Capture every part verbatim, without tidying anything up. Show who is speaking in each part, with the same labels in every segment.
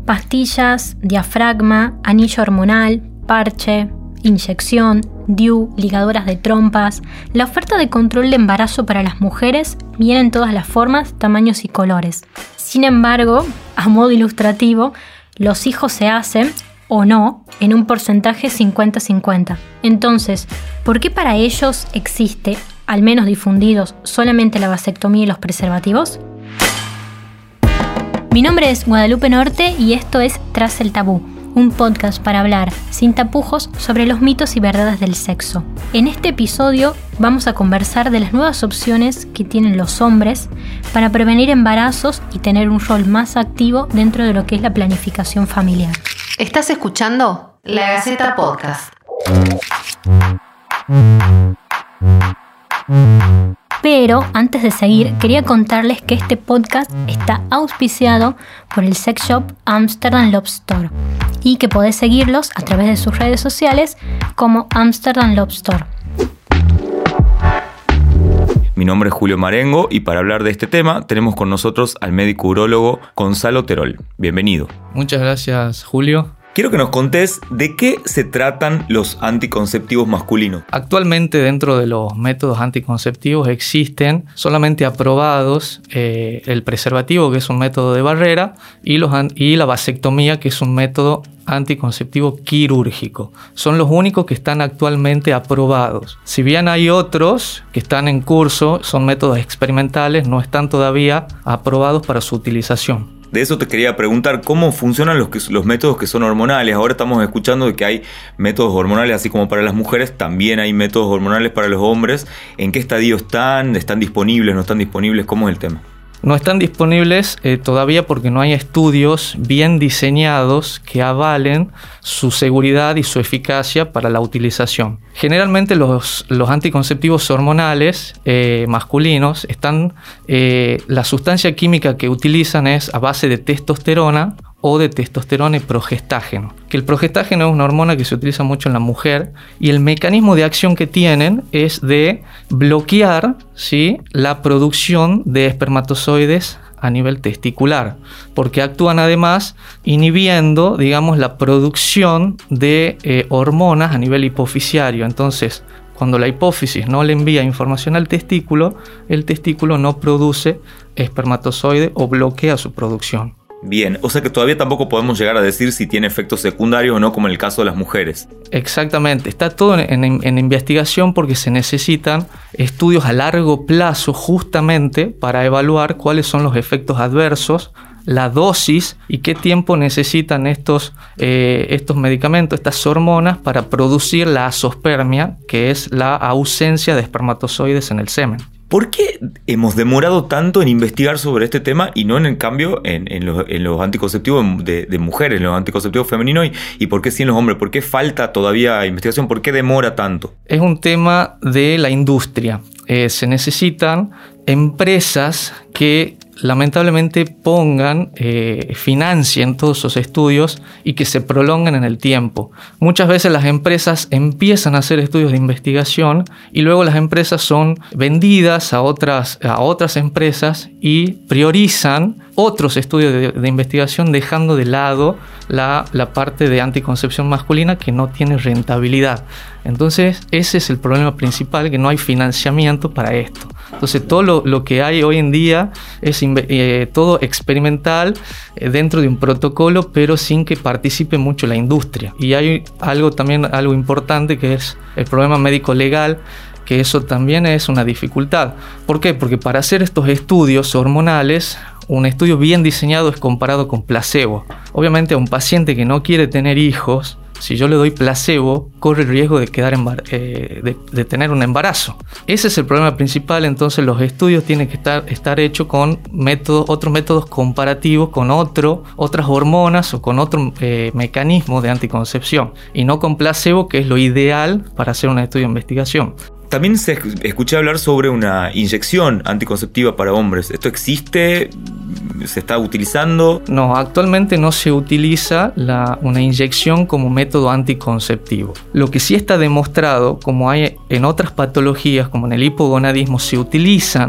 Speaker 1: pastillas, diafragma, anillo hormonal, parche, inyección, D I U, ligaduras de trompas. La oferta de control de embarazo para las mujeres viene en todas las formas, tamaños y colores. Sin embargo, a modo ilustrativo, los hijos se hacen, o no, en un porcentaje cincuenta cincuenta. Entonces, ¿por qué para ellos existe, al menos difundidos, solamente la vasectomía y los preservativos? Mi nombre es Guadalupe Norte y esto es Tras el Tabú, un podcast para hablar sin tapujos sobre los mitos y verdades del sexo. En este episodio vamos a conversar de las nuevas opciones que tienen los hombres para prevenir embarazos y tener un rol más activo dentro de lo que es la planificación familiar.
Speaker 2: ¿Estás escuchando? La Gaceta Podcast.
Speaker 1: Pero antes de seguir, quería contarles que este podcast está auspiciado por el sex shop Amsterdam Love Store y que podés seguirlos a través de sus redes sociales como Amsterdam Love Store.
Speaker 3: Mi nombre es Julio Marengo y para hablar de este tema tenemos con nosotros al médico urólogo Gonzalo Terol. Bienvenido.
Speaker 4: Muchas gracias, Julio.
Speaker 3: Quiero que nos contés de qué se tratan los anticonceptivos masculinos.
Speaker 4: Actualmente dentro de los métodos anticonceptivos existen solamente aprobados eh, el preservativo, que es un método de barrera, y, los, y la vasectomía, que es un método anticonceptivo quirúrgico. Son los únicos que están actualmente aprobados. Si bien hay otros que están en curso, son métodos experimentales, no están todavía aprobados para su utilización.
Speaker 3: De eso te quería preguntar, ¿cómo funcionan los, que, los métodos que son hormonales? Ahora estamos escuchando de que hay métodos hormonales, así como para las mujeres, también hay métodos hormonales para los hombres. ¿En qué estadio están? ¿Están disponibles? ¿No están disponibles? ¿Cómo es el tema?
Speaker 4: No están disponibles eh, todavía porque no hay estudios bien diseñados que avalen su seguridad y su eficacia para la utilización. Generalmente los, los anticonceptivos hormonales eh, masculinos están, eh, la sustancia química que utilizan es a base de testosterona o de testosterona y progestágeno. Que el progestágeno es una hormona que se utiliza mucho en la mujer y el mecanismo de acción que tienen es de bloquear, ¿sí?, la producción de espermatozoides a nivel testicular, porque actúan además inhibiendo, digamos, la producción de eh, hormonas a nivel hipofisiario. Entonces, cuando la hipófisis no le envía información al testículo, el testículo no produce espermatozoide o bloquea su producción.
Speaker 3: Bien, o sea que todavía tampoco podemos llegar a decir si tiene efectos secundarios o no, como en el caso de las mujeres.
Speaker 4: Exactamente, está todo en, en, en investigación porque se necesitan estudios a largo plazo justamente para evaluar cuáles son los efectos adversos, la dosis y qué tiempo necesitan estos, eh, estos medicamentos, estas hormonas para producir la azospermia, que es la ausencia de espermatozoides en el semen.
Speaker 3: ¿Por qué hemos demorado tanto en investigar sobre este tema y no en el cambio en, en, los, en los anticonceptivos de, de mujeres, en los anticonceptivos femeninos? Y, ¿Y por qué sí en los hombres? ¿Por qué falta todavía investigación? ¿Por qué demora tanto?
Speaker 4: Es un tema de la industria. Eh, se necesitan empresas que lamentablemente pongan, eh, financien todos esos estudios y que se prolonguen en el tiempo. Muchas veces las empresas empiezan a hacer estudios de investigación y luego las empresas son vendidas a otras, a otras empresas y priorizan otros estudios de, de investigación dejando de lado la, la parte de anticoncepción masculina que no tiene rentabilidad. Entonces ese es el problema principal, que no hay financiamiento para esto. Entonces todo lo, lo que hay hoy en día es eh, todo experimental eh, dentro de un protocolo, pero sin que participe mucho la industria. Y hay algo también, algo importante, que es el problema médico legal, que eso también es una dificultad. ¿Por qué? Porque para hacer estos estudios hormonales, un estudio bien diseñado es comparado con placebo. Obviamente a un paciente que no quiere tener hijos, si yo le doy placebo, corre el riesgo de, quedar embar- eh, de, de tener un embarazo. Ese es el problema principal. Entonces los estudios tienen que estar, estar hechos con métodos, otros métodos comparativos, con otro, otras hormonas o con otro eh, mecanismo de anticoncepción, y no con placebo, que es lo ideal para hacer un estudio de investigación.
Speaker 3: También se escuché hablar sobre una inyección anticonceptiva para hombres. ¿Esto existe? ¿Se está utilizando?
Speaker 4: No, actualmente no se utiliza la, una inyección como método anticonceptivo. Lo que sí está demostrado, como hay en otras patologías, como en el hipogonadismo, se utilizan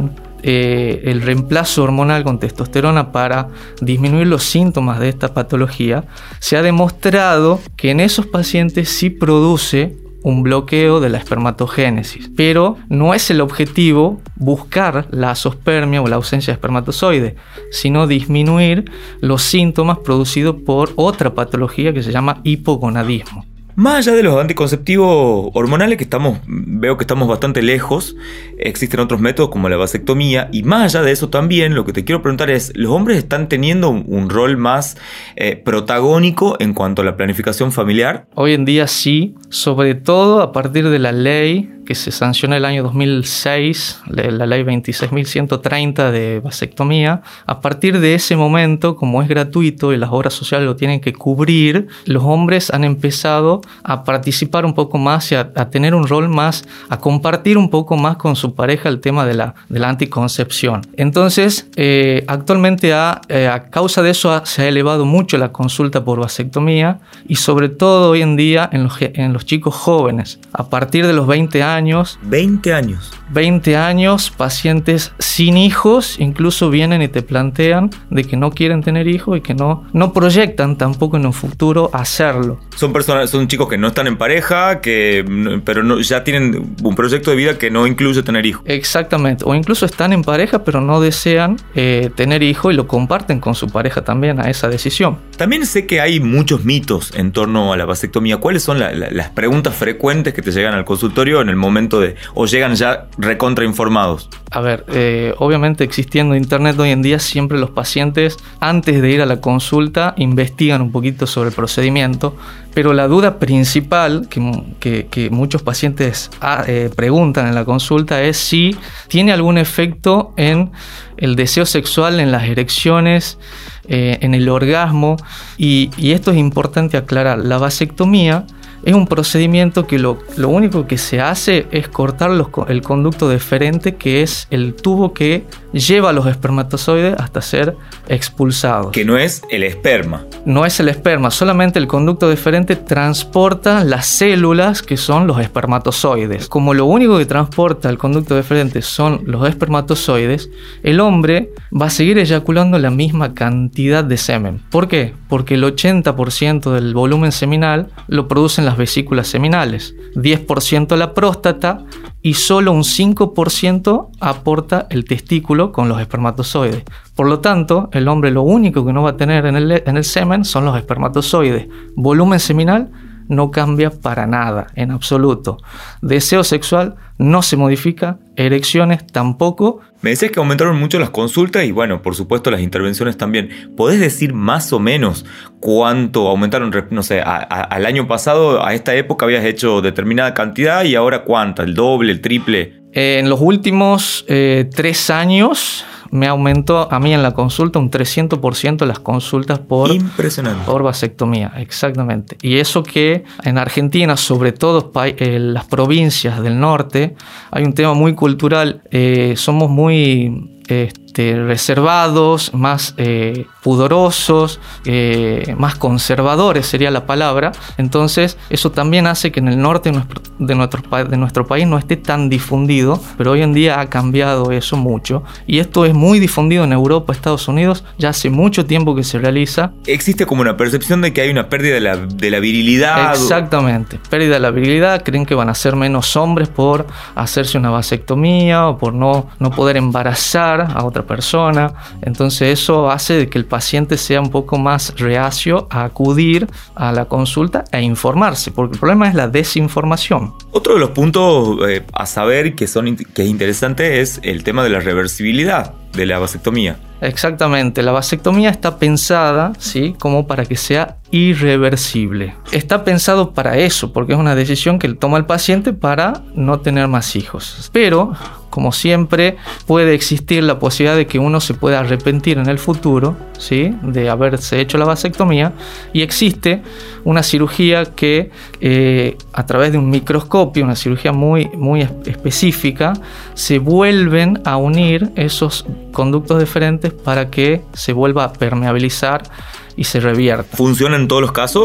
Speaker 4: eh, el reemplazo hormonal con testosterona para disminuir los síntomas de esta patología, se ha demostrado que en esos pacientes sí produce un bloqueo de la espermatogénesis, pero no es el objetivo buscar la azospermia o la ausencia de espermatozoide, sino disminuir los síntomas producidos por otra patología que se llama hipogonadismo.
Speaker 3: Más allá de los anticonceptivos hormonales, que estamos, veo que estamos bastante lejos, existen otros métodos como la vasectomía, y más allá de eso también, lo que te quiero preguntar es, ¿los hombres están teniendo un, un rol más eh, protagónico en cuanto a la planificación familiar?
Speaker 4: Hoy en día sí, sobre todo a partir de la ley que se sancionó el año dos mil seis, la ley veintiséis mil ciento treinta de vasectomía. A partir de ese momento, como es gratuito y las obras sociales lo tienen que cubrir, los hombres han empezado a participar un poco más y a, a tener un rol más, a compartir un poco más con su pareja el tema de la, de la anticoncepción. Entonces, eh, actualmente ha, eh, a causa de eso ha, se ha elevado mucho la consulta por vasectomía y sobre todo hoy en día en los, en los chicos jóvenes. A partir de los veinte años,
Speaker 3: veinte años.
Speaker 4: veinte años, pacientes sin hijos, incluso vienen y te plantean de que no quieren tener hijos y que no, no proyectan tampoco en un futuro hacerlo.
Speaker 3: Son personas, son chicos que no están en pareja, que, pero no, ya tienen un proyecto de vida que no incluye tener hijos.
Speaker 4: Exactamente, o incluso están en pareja pero no desean eh, tener hijos y lo comparten con su pareja también a esa decisión.
Speaker 3: También sé que hay muchos mitos en torno a la vasectomía. ¿Cuáles son la, la, las preguntas frecuentes que te llegan al consultorio en el momento de, o llegan ya recontrainformados?
Speaker 4: A ver, eh, obviamente existiendo internet hoy en día, siempre los pacientes antes de ir a la consulta investigan un poquito sobre el procedimiento, pero la duda principal que, que, que muchos pacientes ah, eh, preguntan en la consulta es si tiene algún efecto en el deseo sexual, en las erecciones, eh, en el orgasmo, y, y esto es importante aclarar. La vasectomía es un procedimiento que lo, lo único que se hace es cortar los, el conducto deferente, que es el tubo que lleva a los espermatozoides hasta ser expulsados.
Speaker 3: Que no es el esperma.
Speaker 4: No es el esperma, solamente el conducto deferente transporta las células que son los espermatozoides. Como lo único que transporta el conducto deferente son los espermatozoides, el hombre va a seguir eyaculando la misma cantidad de semen. ¿Por qué? Porque el ochenta por ciento del volumen seminal lo producen las vesículas seminales, diez por ciento la próstata y solo un cinco por ciento aporta el testículo con los espermatozoides. Por lo tanto, el hombre lo único que no va a tener en el, en el semen son los espermatozoides. Volumen seminal no cambia para nada, en absoluto. Deseo sexual no se modifica, erecciones tampoco.
Speaker 3: Me decías que aumentaron mucho las consultas y bueno, por supuesto las intervenciones también. ¿Podés decir más o menos cuánto aumentaron? No sé, a, a, al año pasado a esta época habías hecho determinada cantidad y ahora ¿cuánta? ¿El doble, el triple?
Speaker 4: Eh, en los últimos eh, tres años me aumentó a mí en la consulta un trescientos por ciento las consultas por,
Speaker 3: Impresionante.
Speaker 4: por vasectomía, exactamente. Y eso que en Argentina, sobre todo eh, las provincias del norte, hay un tema muy cultural, eh, somos muy este, reservados, más eh, pudorosos, eh, más conservadores sería la palabra. Entonces eso también hace que en el norte de nuestro, de, nuestro, de nuestro país no esté tan difundido, pero hoy en día ha cambiado eso mucho y esto es muy difundido en Europa, Estados Unidos, ya hace mucho tiempo que se realiza.
Speaker 3: Existe como una percepción de que hay una pérdida de la, de la virilidad.
Speaker 4: Exactamente, pérdida de la virilidad, creen que van a ser menos hombres por hacerse una vasectomía o por no, no poder embarazar a otra persona. Entonces eso hace de que el paciente sea un poco más reacio a acudir a la consulta e informarse, porque el problema es la desinformación.
Speaker 3: Otro de los puntos eh, a saber que, son, que es interesante es el tema de la reversibilidad de la vasectomía.
Speaker 4: Exactamente, la vasectomía está pensada, ¿sí?, como para que sea irreversible. Está pensado para eso, porque es una decisión que toma el paciente para no tener más hijos. Pero, como siempre, puede existir la posibilidad de que uno se pueda arrepentir en el futuro, ¿sí?, de haberse hecho la vasectomía, y existe una cirugía que eh, a través de un microscopio, una cirugía muy, muy específica, se vuelven a unir esos conductos deferentes para que se vuelva a permeabilizar y se revierta.
Speaker 3: ¿Funciona en todos los casos?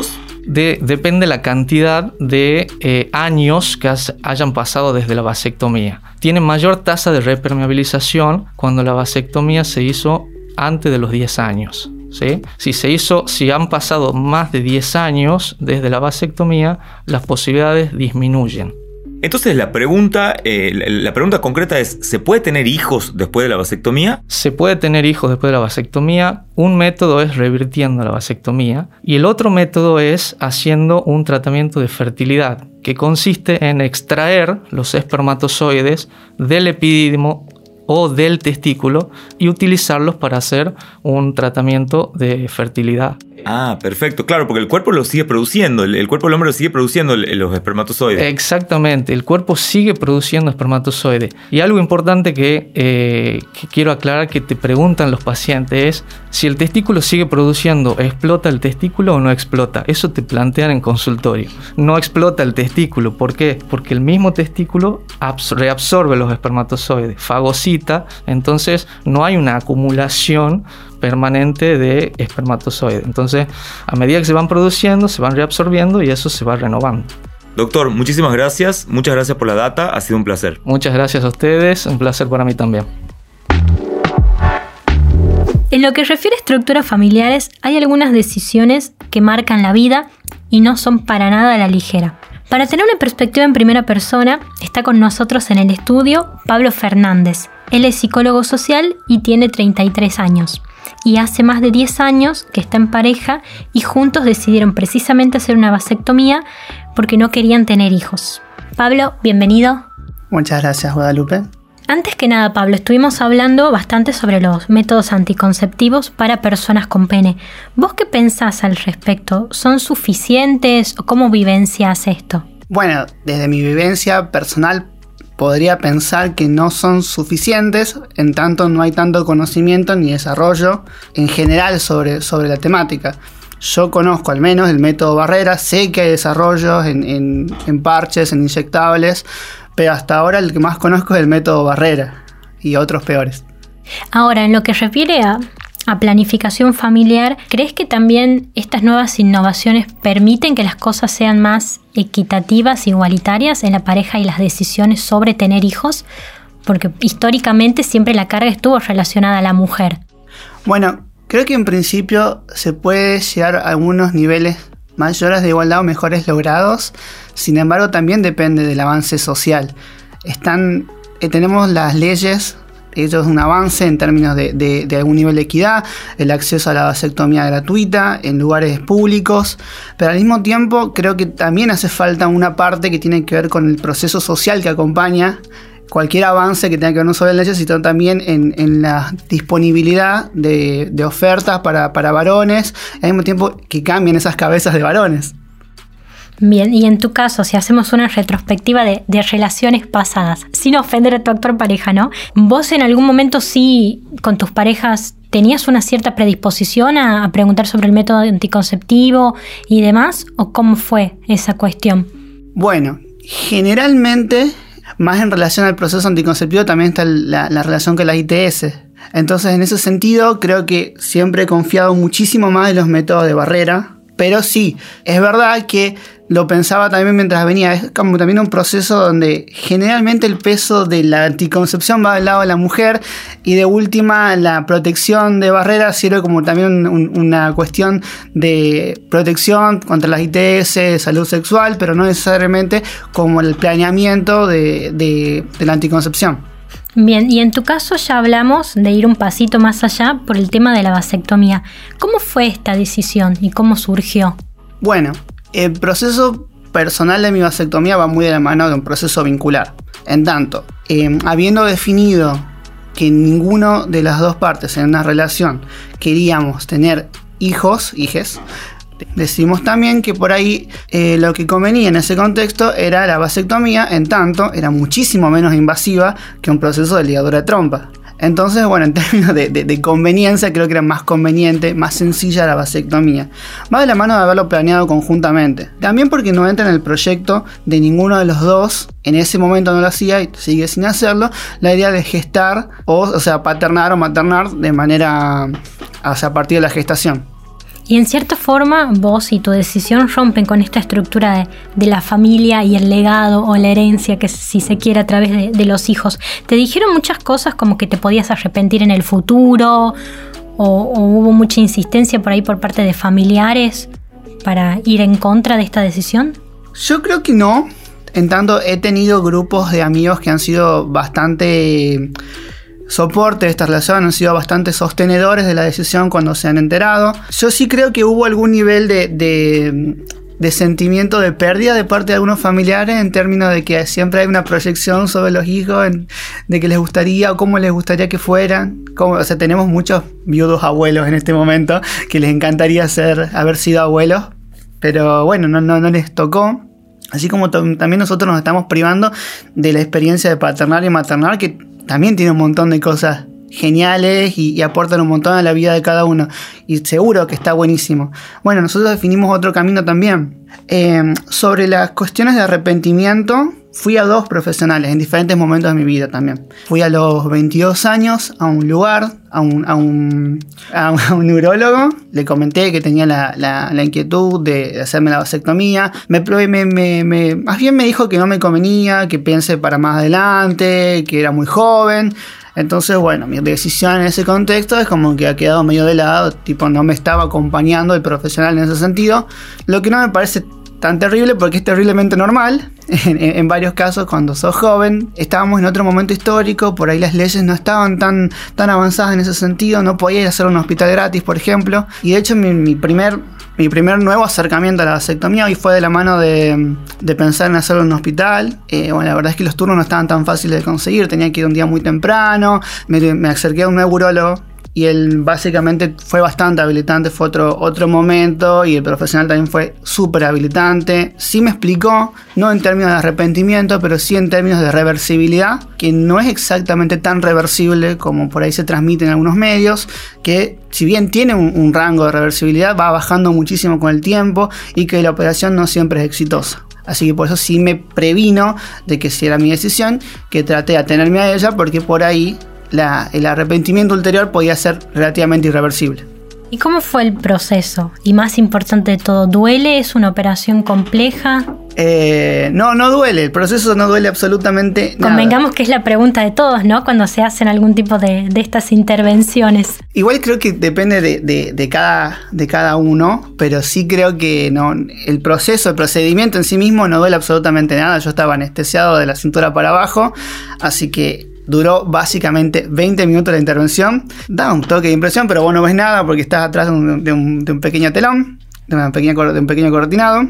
Speaker 4: de, depende la cantidad de eh, años que has, hayan pasado desde la vasectomía. Tiene mayor tasa de repermeabilización cuando la vasectomía se hizo antes de los diez años. ¿Sí? Si se hizo, si han pasado más de diez años desde la vasectomía, las posibilidades disminuyen.
Speaker 3: Entonces la pregunta, eh, la pregunta concreta es, ¿se puede tener hijos después de la vasectomía?
Speaker 4: Se puede tener hijos después de la vasectomía. Un método es revirtiendo la vasectomía y el otro método es haciendo un tratamiento de fertilidad que consiste en extraer los espermatozoides del epidídimo o del testículo y utilizarlos para hacer un tratamiento de fertilidad.
Speaker 3: Ah, perfecto. Claro, porque el cuerpo lo sigue produciendo. El, el cuerpo del hombre lo sigue produciendo el, los espermatozoides.
Speaker 4: Exactamente. El cuerpo sigue produciendo espermatozoides. Y algo importante que, eh, que quiero aclarar que te preguntan los pacientes es si el testículo sigue produciendo, ¿explota el testículo o no explota? Eso te plantean en consultorio. No explota el testículo. ¿Por qué? Porque el mismo testículo absor- reabsorbe los espermatozoides, fagocita. Entonces no hay una acumulación permanente de espermatozoides. Entonces, a medida que se van produciendo, se van reabsorbiendo y eso se va renovando.
Speaker 3: Doctor, muchísimas gracias. Muchas gracias por la data. Ha sido un placer.
Speaker 4: Muchas gracias a ustedes. Un placer para mí también.
Speaker 1: En lo que refiere a estructuras familiares, hay algunas decisiones que marcan la vida y no son para nada a la ligera. Para tener una perspectiva en primera persona, está con nosotros en el estudio Pablo Fernández. Él es psicólogo social y tiene treinta y tres años. Y hace más de diez años que está en pareja y juntos decidieron precisamente hacer una vasectomía porque no querían tener hijos. Pablo, bienvenido.
Speaker 5: Muchas gracias, Guadalupe.
Speaker 1: Antes que nada, Pablo, estuvimos hablando bastante sobre los métodos anticonceptivos para personas con pene. ¿Vos qué pensás al respecto? ¿Son suficientes o cómo vivencias esto?
Speaker 5: Bueno, desde mi vivencia personal podría pensar que no son suficientes, en tanto no hay tanto conocimiento ni desarrollo en general sobre, sobre la temática. Yo conozco al menos el método Barrera, sé que hay desarrollos en, en, en parches, en inyectables, pero hasta ahora el que más conozco es el método Barrera y otros peores.
Speaker 1: Ahora, en lo que refiere a, a planificación familiar, ¿crees que también estas nuevas innovaciones permiten que las cosas sean más equitativas, igualitarias en la pareja y las decisiones sobre tener hijos? Porque históricamente siempre la carga estuvo relacionada a la mujer.
Speaker 5: Bueno, creo que en principio se puede llegar a algunos niveles mayores de igualdad o mejores logrados. Sin embargo, también depende del avance social. Están, eh, tenemos las leyes, eso es un avance en términos de, de, de algún nivel de equidad, el acceso a la vasectomía gratuita en lugares públicos, pero al mismo tiempo creo que también hace falta una parte que tiene que ver con el proceso social que acompaña cualquier avance que tenga que ver no solo en leyes, sino también en, en la disponibilidad de, de ofertas para, para varones, y al mismo tiempo que cambien esas cabezas de varones.
Speaker 1: Bien, y en tu caso, si hacemos una retrospectiva de, de relaciones pasadas, sin ofender a tu actual pareja, ¿no? ¿Vos en algún momento sí, con tus parejas, tenías una cierta predisposición a, a preguntar sobre el método anticonceptivo y demás? ¿O cómo fue esa cuestión?
Speaker 5: Bueno, generalmente, más en relación al proceso anticonceptivo, también está la, la relación con la I T S. Entonces, en ese sentido, creo que siempre he confiado muchísimo más en los métodos de Barrera. Pero sí, es verdad que lo pensaba también mientras venía. Es como también un proceso donde generalmente el peso de la anticoncepción va del lado de la mujer y de última la protección de Barrera sirve como también un, una cuestión de protección contra las I T S, de salud sexual, pero no necesariamente como el planeamiento de, de, de la anticoncepción.
Speaker 1: Bien, y en tu caso ya hablamos de ir un pasito más allá por el tema de la vasectomía. ¿Cómo fue esta decisión y cómo surgió?
Speaker 5: Bueno, el proceso personal de mi vasectomía va muy de la mano de un proceso vincular. En tanto, eh, habiendo definido que ninguno de las dos partes en una relación queríamos tener hijos, hijes, decidimos también que por ahí eh, lo que convenía en ese contexto era la vasectomía, en tanto era muchísimo menos invasiva que un proceso de ligadura de trompa. Entonces, bueno, en términos de, de, de conveniencia, creo que era más conveniente, más sencilla la vasectomía. Va de la mano de haberlo planeado conjuntamente. También porque no entra en el proyecto de ninguno de los dos, en ese momento no lo hacía y sigue sin hacerlo, la idea de gestar, o, o sea, paternar o maternar de manera, o sea, a partir de la gestación.
Speaker 1: Y en cierta forma vos y tu decisión rompen con esta estructura de, de la familia y el legado o la herencia que si se quiere a través de, de los hijos. ¿Te dijeron muchas cosas como que te podías arrepentir en el futuro? ¿O, o hubo mucha insistencia por ahí por parte de familiares para ir en contra de esta decisión?
Speaker 5: Yo creo que no. En tanto, he tenido grupos de amigos que han sido bastante soporte de esta relación, han sido bastante sostenedores de la decisión cuando se han enterado. Yo sí creo que hubo algún nivel de, de, de sentimiento de pérdida de parte de algunos familiares en términos de que siempre hay una proyección sobre los hijos, en, de que les gustaría o cómo les gustaría que fueran. Como, o sea, tenemos muchos viudos abuelos en este momento que les encantaría ser, haber sido abuelos, pero bueno, no, no, no les tocó. Así como t- también nosotros nos estamos privando de la experiencia de paternal y maternal, que también tiene un montón de cosas geniales y, y aportan un montón a la vida de cada uno. Y seguro que está buenísimo. Bueno, nosotros definimos otro camino también. Eh, sobre las cuestiones de arrepentimiento, fui a dos profesionales en diferentes momentos de mi vida también. Fui a los veintidós años a un lugar, a un, a un, a un, a un neurólogo. Le comenté que tenía la, la, la inquietud de hacerme la vasectomía. Me, me, me, me, más bien me dijo que no me convenía, que piense para más adelante, que era muy joven. Entonces, bueno, mi decisión en ese contexto es como que ha quedado medio de lado, tipo no me estaba acompañando el profesional en ese sentido, lo que no me parece tan terrible porque es terriblemente normal. En, en varios casos, cuando sos joven, estábamos en otro momento histórico, por ahí las leyes no estaban tan, tan avanzadas en ese sentido, no podía ir a hacer un hospital gratis, por ejemplo, y de hecho mi, mi primer... Mi primer nuevo acercamiento a la vasectomía hoy fue de la mano de, de pensar en hacerlo en un hospital. Eh, bueno, la verdad es que los turnos no estaban tan fáciles de conseguir, tenía que ir un día muy temprano, me, me acerqué a un neurólogo y él básicamente fue bastante habilitante, fue otro, otro momento, y el profesional también fue súper habilitante. Sí me explicó, no en términos de arrepentimiento, pero sí en términos de reversibilidad, que no es exactamente tan reversible como por ahí se transmite en algunos medios, que si bien tiene un, un rango de reversibilidad, va bajando muchísimo con el tiempo y que la operación no siempre es exitosa. Así que por eso sí me previno de que si era mi decisión, que traté de atenerme a ella, porque por ahí La, el arrepentimiento ulterior podía ser relativamente irreversible.
Speaker 1: ¿Y cómo fue el proceso? Y más importante de todo, ¿duele? ¿Es una operación compleja?
Speaker 5: Eh, no, no duele. El proceso no duele absolutamente nada.
Speaker 1: Convengamos que es la pregunta de todos, ¿no? Cuando se hacen algún tipo de, de estas intervenciones.
Speaker 5: Igual creo que depende de, de, de, cada, de cada uno, pero sí creo que no, el proceso, el procedimiento en sí mismo no duele absolutamente nada. Yo estaba anestesiado de la cintura para abajo, así que duró básicamente veinte minutos la intervención. Da un toque de impresión, pero vos no ves nada porque estás atrás de un, de un, de un pequeño telón, de, una pequeña, de un pequeño cortinado.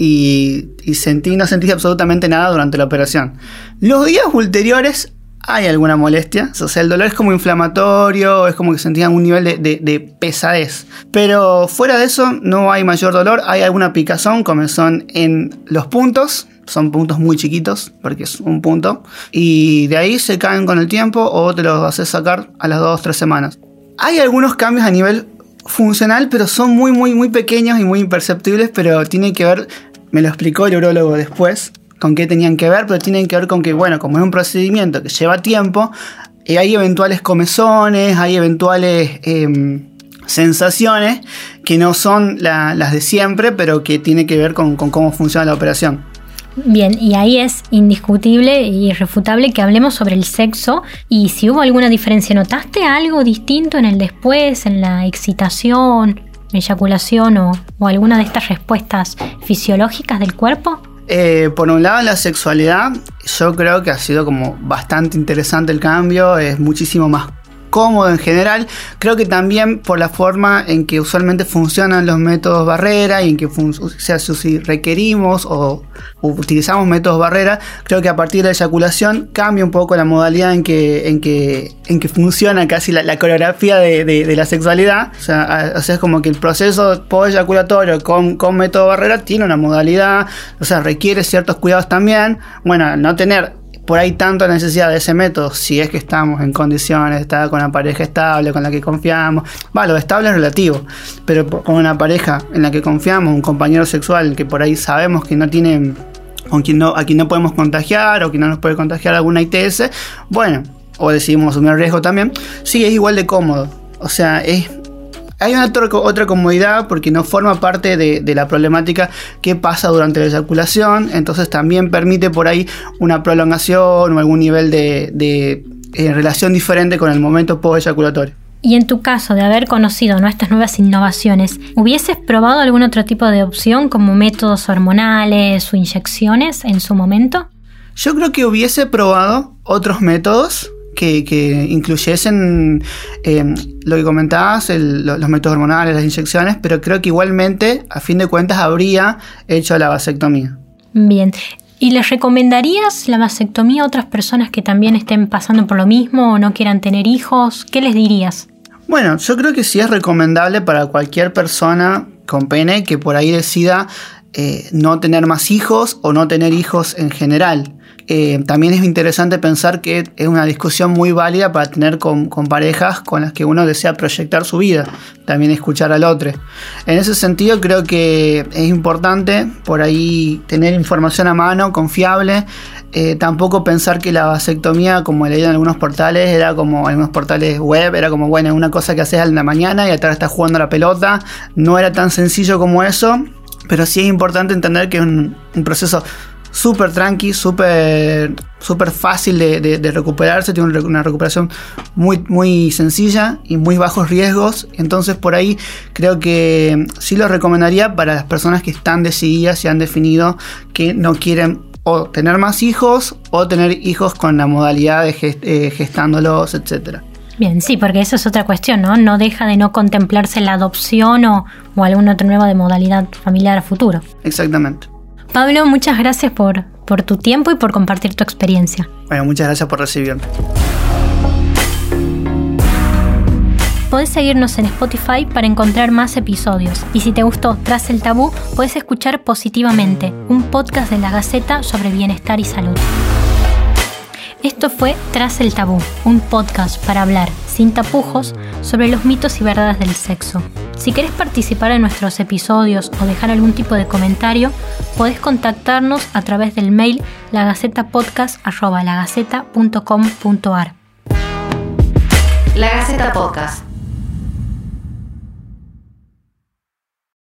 Speaker 5: Y, y sentí, no sentí absolutamente nada durante la operación. Los días ulteriores hay alguna molestia. O sea, el dolor es como inflamatorio, es como que sentía un nivel de, de, de pesadez. Pero fuera de eso no hay mayor dolor. Hay alguna picazón, comezón en los puntos. Son puntos muy chiquitos, porque es un punto. Y de ahí se caen con el tiempo o te los haces sacar a las dos o tres semanas. Hay algunos cambios a nivel funcional, pero son muy, muy, muy pequeños y muy imperceptibles. Pero tienen que ver, me lo explicó el urólogo después, con qué tenían que ver. Pero tienen que ver con que, bueno, como es un procedimiento que lleva tiempo, eh, hay eventuales comezones, hay eventuales Eh, sensaciones que no son la, las de siempre, pero que tiene que ver con, con cómo funciona la operación.
Speaker 1: Bien, y ahí es indiscutible e irrefutable que hablemos sobre el sexo y si hubo alguna diferencia. ¿Notaste algo distinto en el después, en la excitación, eyaculación o, o alguna de estas respuestas fisiológicas del cuerpo?
Speaker 5: Eh, por un lado, en la sexualidad, yo creo que ha sido como bastante interesante el cambio, es muchísimo más cómodo en general. Creo que también por la forma en que usualmente funcionan los métodos barrera y en que fun- o sea, si requerimos o, o utilizamos métodos barrera, creo que a partir de la eyaculación cambia un poco la modalidad en que, en que, en que funciona casi la, la coreografía de, de, de la sexualidad. O sea, a, o sea, es como que el proceso post-eyaculatorio con, con método barrera tiene una modalidad, o sea, requiere ciertos cuidados también. Bueno, al no tener por ahí tanta necesidad de ese método, si es que estamos en condiciones de estar con una pareja estable, con la que confiamos. Va, lo estable es relativo, pero con una pareja en la que confiamos, un compañero sexual que por ahí sabemos que no tiene, con quien no, a quien no podemos contagiar o que no nos puede contagiar alguna I T S, bueno, o decidimos asumir el riesgo también, sí, es igual de cómodo. O sea, es hay una otra, otra comodidad porque no forma parte de, de la problemática que pasa durante la eyaculación, entonces también permite por ahí una prolongación o algún nivel de, de eh, relación diferente con el momento post-eyaculatorio.
Speaker 1: Y en tu caso de haber conocido nuestras nuevas innovaciones, ¿hubieses probado algún otro tipo de opción como métodos hormonales o inyecciones en su momento?
Speaker 5: Yo creo que hubiese probado otros métodos que, que incluyesen eh, lo que comentabas, el, los métodos hormonales, las inyecciones, pero creo que igualmente, a fin de cuentas, habría hecho la vasectomía.
Speaker 1: Bien. ¿Y les recomendarías la vasectomía a otras personas que también estén pasando por lo mismo o no quieran tener hijos? ¿Qué les dirías?
Speaker 5: Bueno, yo creo que sí es recomendable para cualquier persona con pene que por ahí decida eh, no tener más hijos o no tener hijos en general. Eh, también es interesante pensar que es una discusión muy válida para tener con, con parejas con las que uno desea proyectar su vida, también escuchar al otro. En ese sentido creo que es importante por ahí tener información a mano, confiable, eh, tampoco pensar que la vasectomía, como he leído en algunos portales, era como en algunos portales web, era como bueno, una cosa que haces en la mañana y atrás estás jugando a la pelota. No era tan sencillo como eso, pero sí es importante entender que es un, un proceso súper tranqui, súper súper fácil de, de, de recuperarse, tiene una recuperación muy, muy sencilla y muy bajos riesgos, entonces por ahí creo que sí lo recomendaría para las personas que están decididas y han definido que no quieren o tener más hijos o tener hijos con la modalidad de gest, eh, gestándolos, etcétera.
Speaker 1: Bien, sí, porque esa es otra cuestión, ¿no? No deja de no contemplarse la adopción o, o algún otro nuevo de modalidad familiar a futuro.
Speaker 5: Exactamente.
Speaker 1: Pablo, muchas gracias por, por tu tiempo y por compartir tu experiencia.
Speaker 5: Bueno, muchas gracias por recibirme.
Speaker 1: Podés seguirnos en Spotify para encontrar más episodios. Y si te gustó Tras el Tabú, podés escuchar Positivamente, un podcast de La Gaceta sobre bienestar y salud. Esto fue Tras el Tabú, un podcast para hablar, sin tapujos, sobre los mitos y verdades del sexo. Si querés participar en nuestros episodios o dejar algún tipo de comentario, podés contactarnos a través del mail lagacetapodcast arroba lagaceta punto com punto ar.
Speaker 2: La Gaceta Podcast.